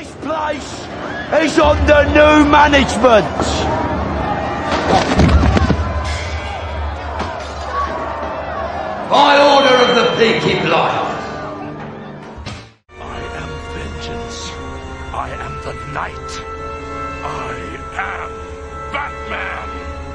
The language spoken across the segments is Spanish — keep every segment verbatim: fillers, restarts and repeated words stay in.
This place is under new management. By order of the Peaky Blinders. I am vengeance. I am the night. I am Batman.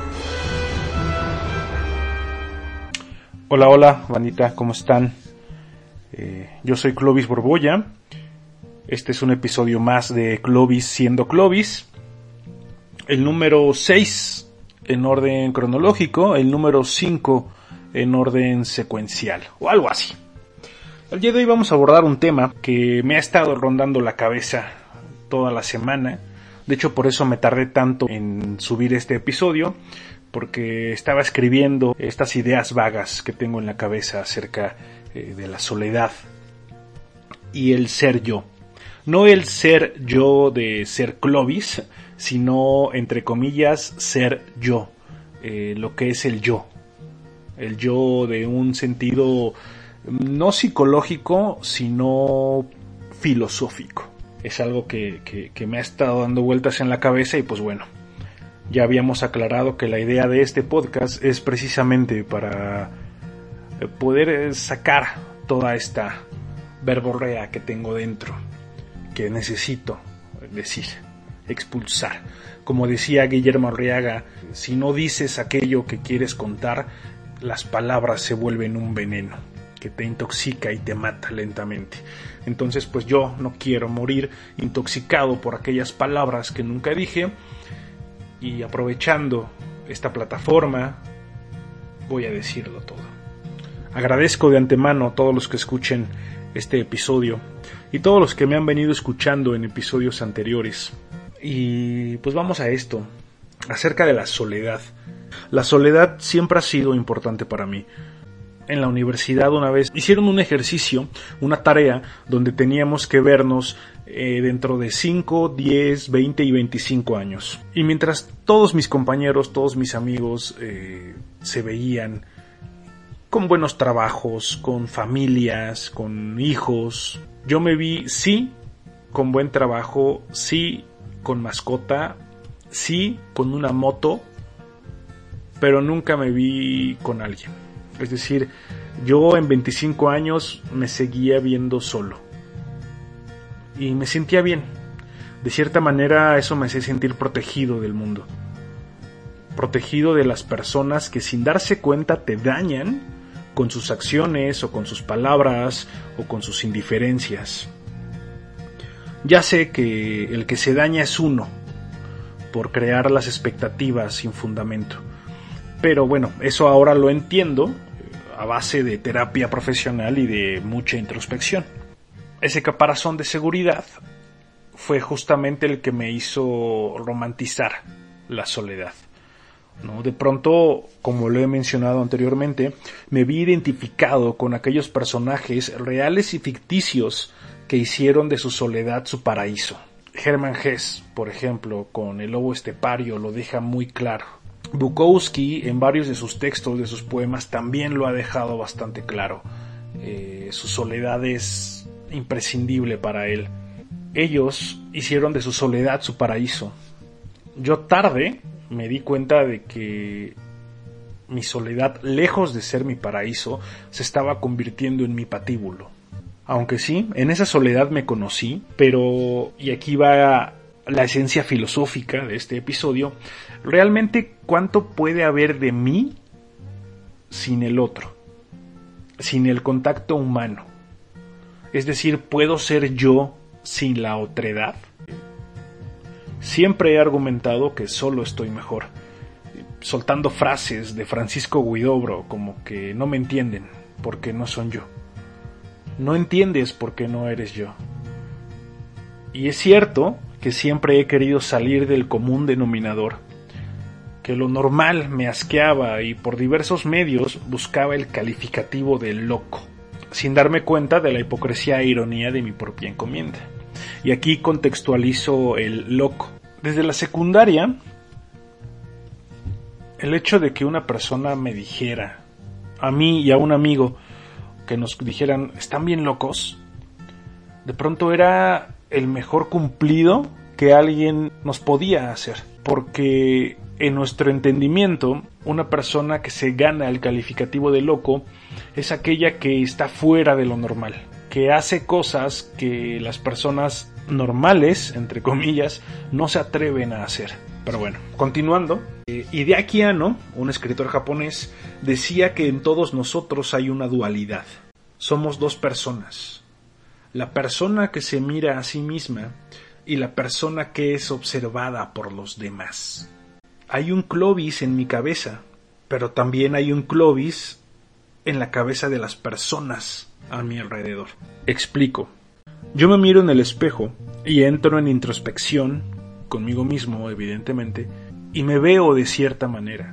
Hola, hola, bandita, ¿cómo están? Eh, yo soy Clovis Borbolla. Este es un episodio más de Clovis siendo Clovis. El número seis en orden cronológico, el número cinco en orden secuencial, o algo así. El día de hoy vamos a abordar un tema que me ha estado rondando la cabeza toda la semana. De hecho, por eso me tardé tanto en subir este episodio, porque estaba escribiendo estas ideas vagas que tengo en la cabeza acerca eh, de la soledad y el ser yo. No el ser yo de ser Clovis, sino, entre comillas, ser yo, eh, lo que es el yo. El yo de un sentido no psicológico, sino filosófico. Es algo que, que, que me ha estado dando vueltas en la cabeza y pues bueno, ya habíamos aclarado que la idea de este podcast es precisamente para poder sacar toda esta verborrea que tengo dentro, que necesito decir, expulsar. Como decía Guillermo Arriaga, si no dices aquello que quieres contar, las palabras se vuelven un veneno que te intoxica y te mata lentamente. Entonces, pues yo no quiero morir intoxicado por aquellas palabras que nunca dije, y aprovechando esta plataforma voy a decirlo todo. Agradezco de antemano a todos los que escuchen este episodio y todos los que me han venido escuchando en episodios anteriores. Y pues vamos a esto, acerca de la soledad. La soledad siempre ha sido importante para mí. En la universidad una vez hicieron un ejercicio, una tarea, donde teníamos que vernos eh, dentro de cinco, diez, veinte y veinticinco años. Y mientras todos mis compañeros, todos mis amigos eh, se veían con buenos trabajos, con familias, con hijos, yo me vi, sí, con buen trabajo, sí, con mascota, sí, con una moto, pero nunca me vi con alguien. Es decir, yo en veinticinco años me seguía viendo solo. Y me sentía bien. De cierta manera eso me hacía sentir protegido del mundo. Protegido de las personas que sin darse cuenta te dañan con sus acciones o con sus palabras o con sus indiferencias. Ya sé que el que se daña es uno por crear las expectativas sin fundamento. Pero bueno, eso ahora lo entiendo a base de terapia profesional y de mucha introspección. Ese caparazón de seguridad fue justamente el que me hizo romantizar la soledad, ¿no? De pronto, como lo he mencionado anteriormente, me vi identificado con aquellos personajes reales y ficticios que hicieron de su soledad su paraíso. Hermann Hesse, por ejemplo, con El lobo estepario lo deja muy claro. Bukowski, en varios de sus textos, de sus poemas, también lo ha dejado bastante claro. Eh, su soledad es imprescindible para él. Ellos hicieron de su soledad su paraíso. Yo tarde me di cuenta de que mi soledad, lejos de ser mi paraíso, se estaba convirtiendo en mi patíbulo. Aunque sí, en esa soledad me conocí, pero, y aquí va la esencia filosófica de este episodio, realmente cuánto puede haber de mí sin el otro, sin el contacto humano. Es decir, ¿puedo ser yo sin la otredad? Siempre he argumentado que solo estoy mejor, soltando frases de Francisco Huidobro como que no me entienden porque no son yo. No entiendes porque no eres yo. Y es cierto que siempre he querido salir del común denominador, que lo normal me asqueaba y por diversos medios buscaba el calificativo de loco, sin darme cuenta de la hipocresía e ironía de mi propia encomienda. Y aquí contextualizo el loco. Desde la secundaria, el hecho de que una persona me dijera, a mí y a un amigo, que nos dijeran, están bien locos, de pronto era el mejor cumplido que alguien nos podía hacer, porque en nuestro entendimiento, una persona que se gana el calificativo de loco es aquella que está fuera de lo normal, que hace cosas que las personas normales, entre comillas, no se atreven a hacer. Pero bueno, continuando, eh, Hideaki Anno, un escritor japonés, decía que en todos nosotros hay una dualidad. Somos dos personas. La persona que se mira a sí misma y la persona que es observada por los demás. Hay un Clovis en mi cabeza, pero también hay un Clovis en la cabeza de las personas a mi alrededor. Explico. Yo me miro en el espejo y entro en introspección, conmigo mismo evidentemente, y me veo de cierta manera.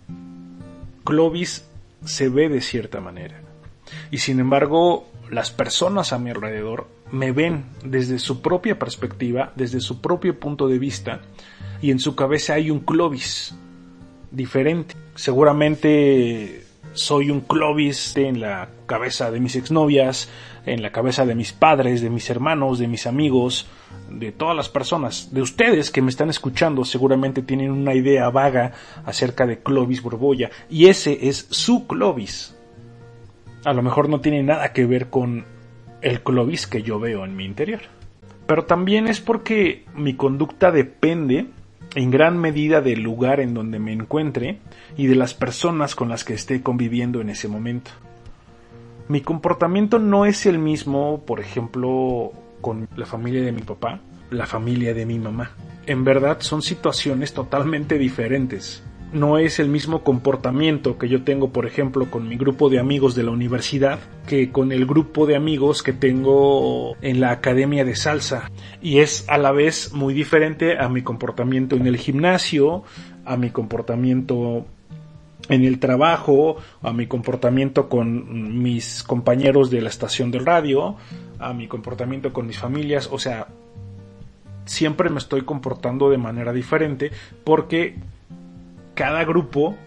Clovis se ve de cierta manera. Y sin embargo, las personas a mi alrededor me ven desde su propia perspectiva, desde su propio punto de vista, y en su cabeza hay un Clovis diferente. Seguramente soy un Clovis en la cabeza de mis exnovias, en la cabeza de mis padres, de mis hermanos, de mis amigos, de todas las personas. De ustedes que me están escuchando seguramente tienen una idea vaga acerca de Clovis Borbolla, y ese es su Clovis. A lo mejor no tiene nada que ver con el Clovis que yo veo en mi interior. Pero también es porque mi conducta depende en gran medida del lugar en donde me encuentre y de las personas con las que esté conviviendo en ese momento. Mi comportamiento no es el mismo, por ejemplo, con la familia de mi papá, la familia de mi mamá. En verdad son situaciones totalmente diferentes. No es el mismo comportamiento que yo tengo, por ejemplo, con mi grupo de amigos de la universidad que con el grupo de amigos que tengo en la academia de salsa. Y es a la vez muy diferente a mi comportamiento en el gimnasio, a mi comportamiento en el trabajo, a mi comportamiento con mis compañeros de la estación de radio, a mi comportamiento con mis familias. O sea, siempre me estoy comportando de manera diferente porque cada grupo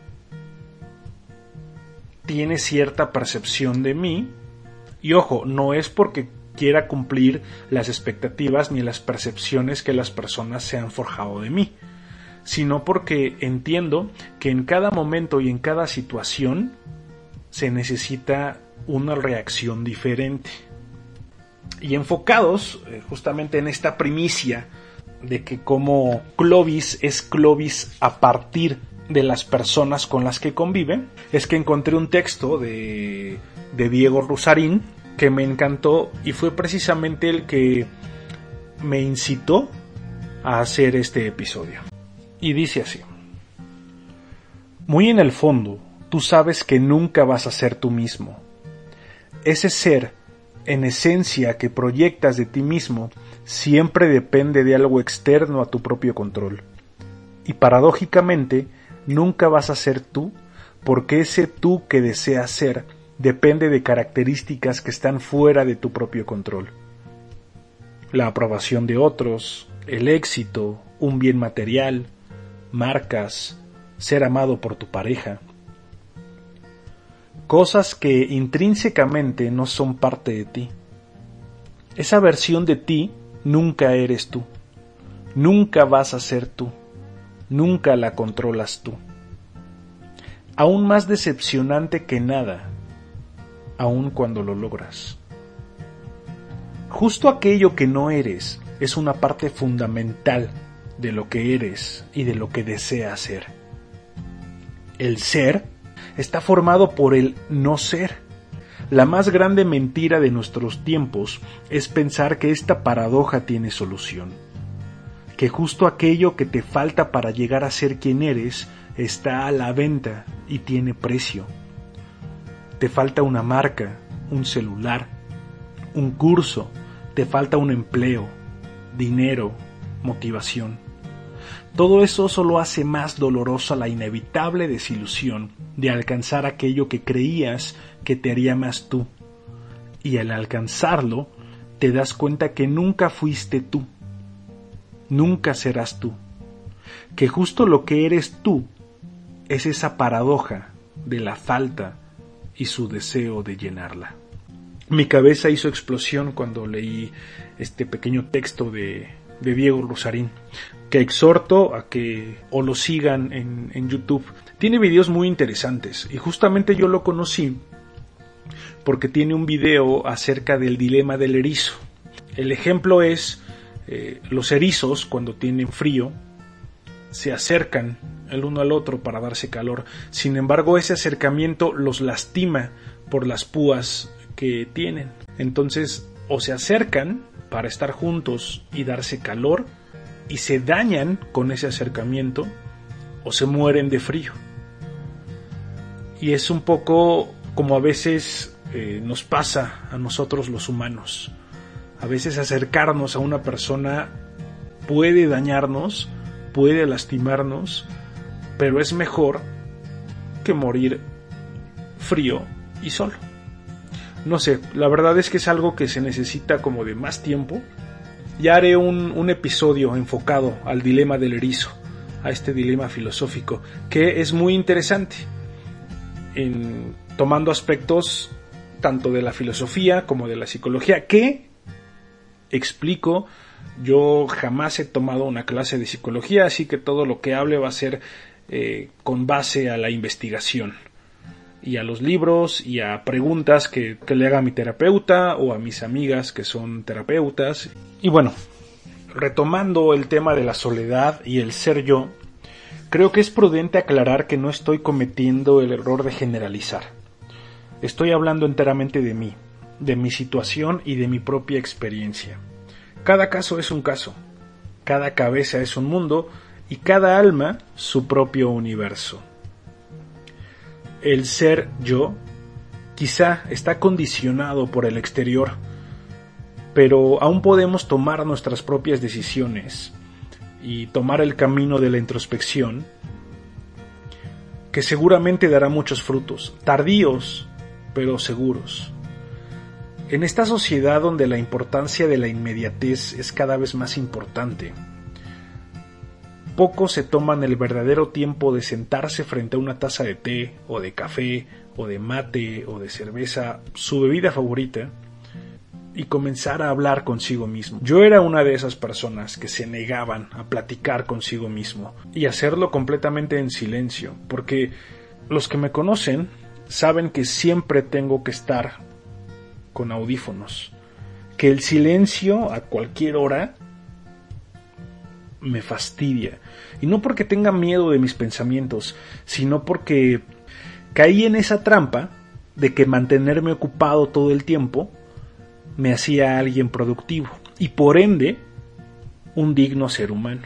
tiene cierta percepción de mí, y ojo, no es porque quiera cumplir las expectativas ni las percepciones que las personas se han forjado de mí, sino porque entiendo que en cada momento y en cada situación se necesita una reacción diferente. Y enfocados eh, justamente en esta primicia de que como Clovis es Clovis a partir de las personas con las que convive, es que encontré un texto de, de Diego Rusarín que me encantó y fue precisamente el que me incitó a hacer este episodio. Y dice así: muy en el fondo, tú sabes que nunca vas a ser tú mismo. Ese ser, en esencia, que proyectas de ti mismo, siempre depende de algo externo a tu propio control. Y paradójicamente, nunca vas a ser tú, porque ese tú que deseas ser depende de características que están fuera de tu propio control. La aprobación de otros, el éxito, un bien material, marcas, ser amado por tu pareja. Cosas que intrínsecamente no son parte de ti. Esa versión de ti nunca eres tú. Nunca vas a ser tú. Nunca la controlas tú. Aún más decepcionante que nada, aun cuando lo logras. Justo aquello que no eres es una parte fundamental de lo que eres y de lo que deseas ser. El ser está formado por el no ser. La más grande mentira de nuestros tiempos es pensar que esta paradoja tiene solución, que justo aquello que te falta para llegar a ser quien eres está a la venta y tiene precio. Te falta una marca, un celular, un curso, te falta un empleo, dinero, motivación. Todo eso solo hace más dolorosa la inevitable desilusión de alcanzar aquello que creías que te haría más tú. Y al alcanzarlo, te das cuenta que nunca fuiste tú. Nunca serás tú. Que justo lo que eres tú es esa paradoja de la falta y su deseo de llenarla. Mi cabeza hizo explosión cuando leí este pequeño texto de, de Diego Rusarín, que exhorto a que o lo sigan en, en YouTube. Tiene videos muy interesantes y justamente yo lo conocí porque tiene un video acerca del dilema del erizo. El ejemplo es, eh, los erizos cuando tienen frío se acercan el uno al otro para darse calor. Sin embargo, ese acercamiento los lastima por las púas que tienen. Entonces, o se acercan para estar juntos y darse calor y se dañan con ese acercamiento, o se mueren de frío. Y es un poco como a veces eh, nos pasa a nosotros los humanos. A veces acercarnos a una persona puede dañarnos, puede lastimarnos, pero es mejor que morir frío y solo. No sé, la verdad es que es algo que se necesita como de más tiempo. Ya haré un, un episodio enfocado al dilema del erizo, a este dilema filosófico, que es muy interesante, en, tomando aspectos tanto de la filosofía como de la psicología, que explico. Yo jamás he tomado una clase de psicología, así que todo lo que hable va a ser eh, con base a la investigación y a los libros y a preguntas que, que le haga a mi terapeuta o a mis amigas que son terapeutas. Y bueno, retomando el tema de la soledad y el ser yo, creo que es prudente aclarar que no estoy cometiendo el error de generalizar. Estoy hablando enteramente de mí, de mi situación y de mi propia experiencia. Cada caso es un caso, cada cabeza es un mundo y cada alma su propio universo. El ser yo quizá está condicionado por el exterior, pero aún podemos tomar nuestras propias decisiones y tomar el camino de la introspección, que seguramente dará muchos frutos, tardíos pero seguros. En esta sociedad donde la importancia de la inmediatez es cada vez más importante, pocos se toman el verdadero tiempo de sentarse frente a una taza de té, o de café, o de mate, o de cerveza, su bebida favorita, y comenzar a hablar consigo mismo. Yo era una de esas personas que se negaban a platicar consigo mismo, y hacerlo completamente en silencio, porque los que me conocen saben que siempre tengo que estar con audífonos, que el silencio a cualquier hora me fastidia, y no porque tenga miedo de mis pensamientos, sino porque caí en esa trampa de que mantenerme ocupado todo el tiempo me hacía alguien productivo y por ende un digno ser humano.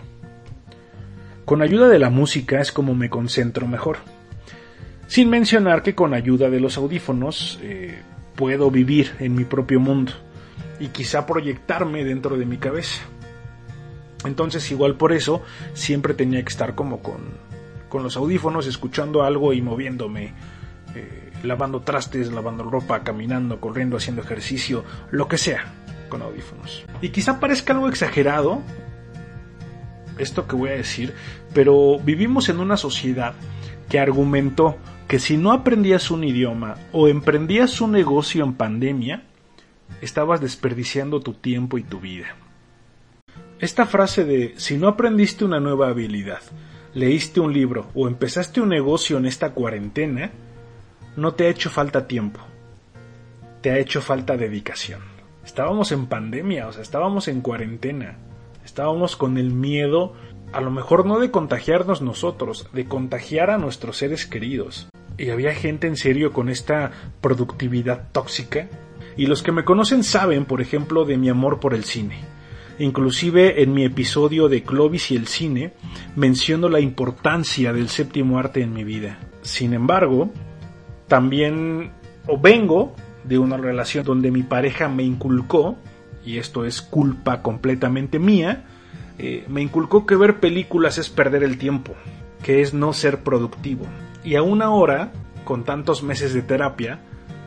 Con ayuda de la música es como me concentro mejor, sin mencionar que con ayuda de los audífonos eh, puedo vivir en mi propio mundo y quizá proyectarme dentro de mi cabeza. Entonces igual por eso siempre tenía que estar como con, con los audífonos, escuchando algo y moviéndome, eh, lavando trastes, lavando ropa, caminando, corriendo, haciendo ejercicio, lo que sea, con audífonos. Y quizá parezca algo exagerado esto que voy a decir, pero vivimos en una sociedad que argumentó que si no aprendías un idioma o emprendías un negocio en pandemia, estabas desperdiciando tu tiempo y tu vida. Esta frase de si no aprendiste una nueva habilidad, leíste un libro o empezaste un negocio en esta cuarentena, no te ha hecho falta tiempo, te ha hecho falta dedicación. Estábamos en pandemia, o sea, estábamos en cuarentena, estábamos con el miedo, a lo mejor no de contagiarnos nosotros, de contagiar a nuestros seres queridos. Y había gente en serio con esta productividad tóxica. Y los que me conocen saben, por ejemplo, de mi amor por el cine. Inclusive en mi episodio de Clovis y el cine menciono la importancia del séptimo arte en mi vida. Sin embargo, también o vengo de una relación donde mi pareja me inculcó, y esto es culpa completamente mía, eh, me inculcó que ver películas es perder el tiempo, que es no ser productivo. Y aún ahora, con tantos meses de terapia,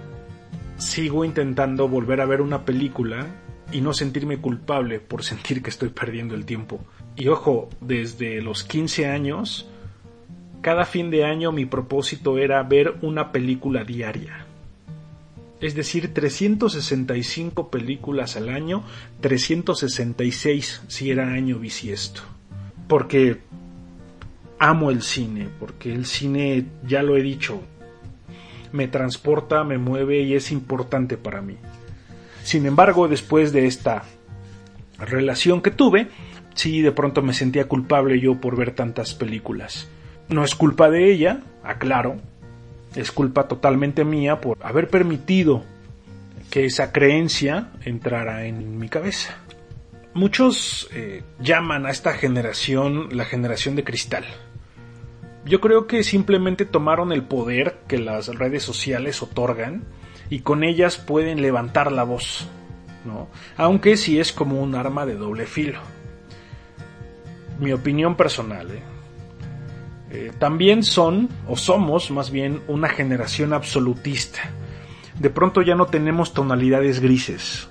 sigo intentando volver a ver una película y no sentirme culpable por sentir que estoy perdiendo el tiempo. Y ojo, desde los quince años, cada fin de año mi propósito era ver una película diaria. Es decir, trescientas sesenta y cinco películas al año, trescientas sesenta y seis si era año bisiesto. Porque amo el cine, porque el cine, ya lo he dicho, me transporta, me mueve y es importante para mí. Sin embargo, después de esta relación que tuve, sí, de pronto me sentía culpable yo por ver tantas películas. No es culpa de ella, aclaro, es culpa totalmente mía por haber permitido que esa creencia entrara en mi cabeza. Muchos eh, llaman a esta generación la generación de cristal. Yo creo que simplemente tomaron el poder que las redes sociales otorgan y con ellas pueden levantar la voz, ¿no? Aunque sí es como un arma de doble filo. Mi opinión personal, ¿eh? Eh, también son, o somos más bien, una generación absolutista. De pronto ya no tenemos tonalidades grises.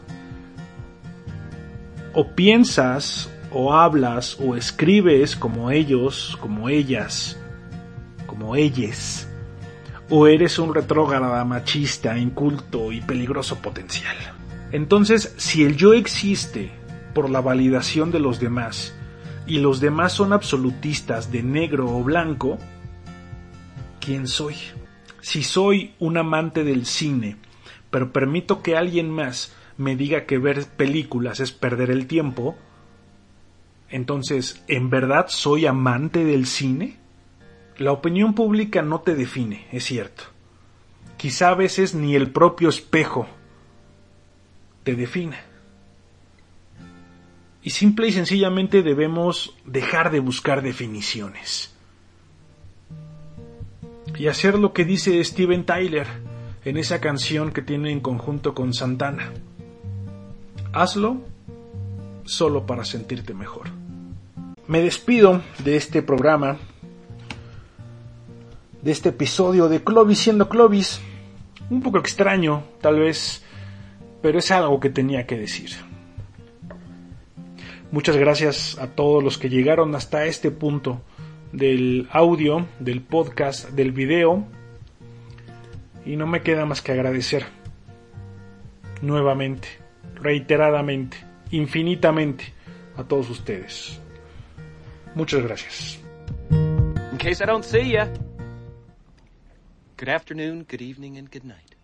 O piensas, o hablas, o escribes como ellos, como ellas, como ellas, o eres un retrógrada, machista, inculto y peligroso potencial. Entonces, si el yo existe por la validación de los demás, y los demás son absolutistas de negro o blanco, ¿quién soy? Si soy un amante del cine, pero permito que alguien más me diga que ver películas es perder el tiempo, entonces, ¿en verdad soy amante del cine? La opinión pública no te define, es cierto. Quizá a veces ni el propio espejo te defina. Y simple y sencillamente debemos dejar de buscar definiciones. Y hacer lo que dice Steven Tyler en esa canción que tiene en conjunto con Santana. Hazlo solo para sentirte mejor. Me despido de este programa, de este episodio de Clovis siendo Clovis. Un poco extraño, tal vez, pero es algo que tenía que decir. Muchas gracias a todos los que llegaron hasta este punto del audio, del podcast, del video. Y no me queda más que agradecer nuevamente, reiteradamente, infinitamente a todos ustedes. Muchas gracias. In case I don't see ya, good afternoon, good evening, and good night.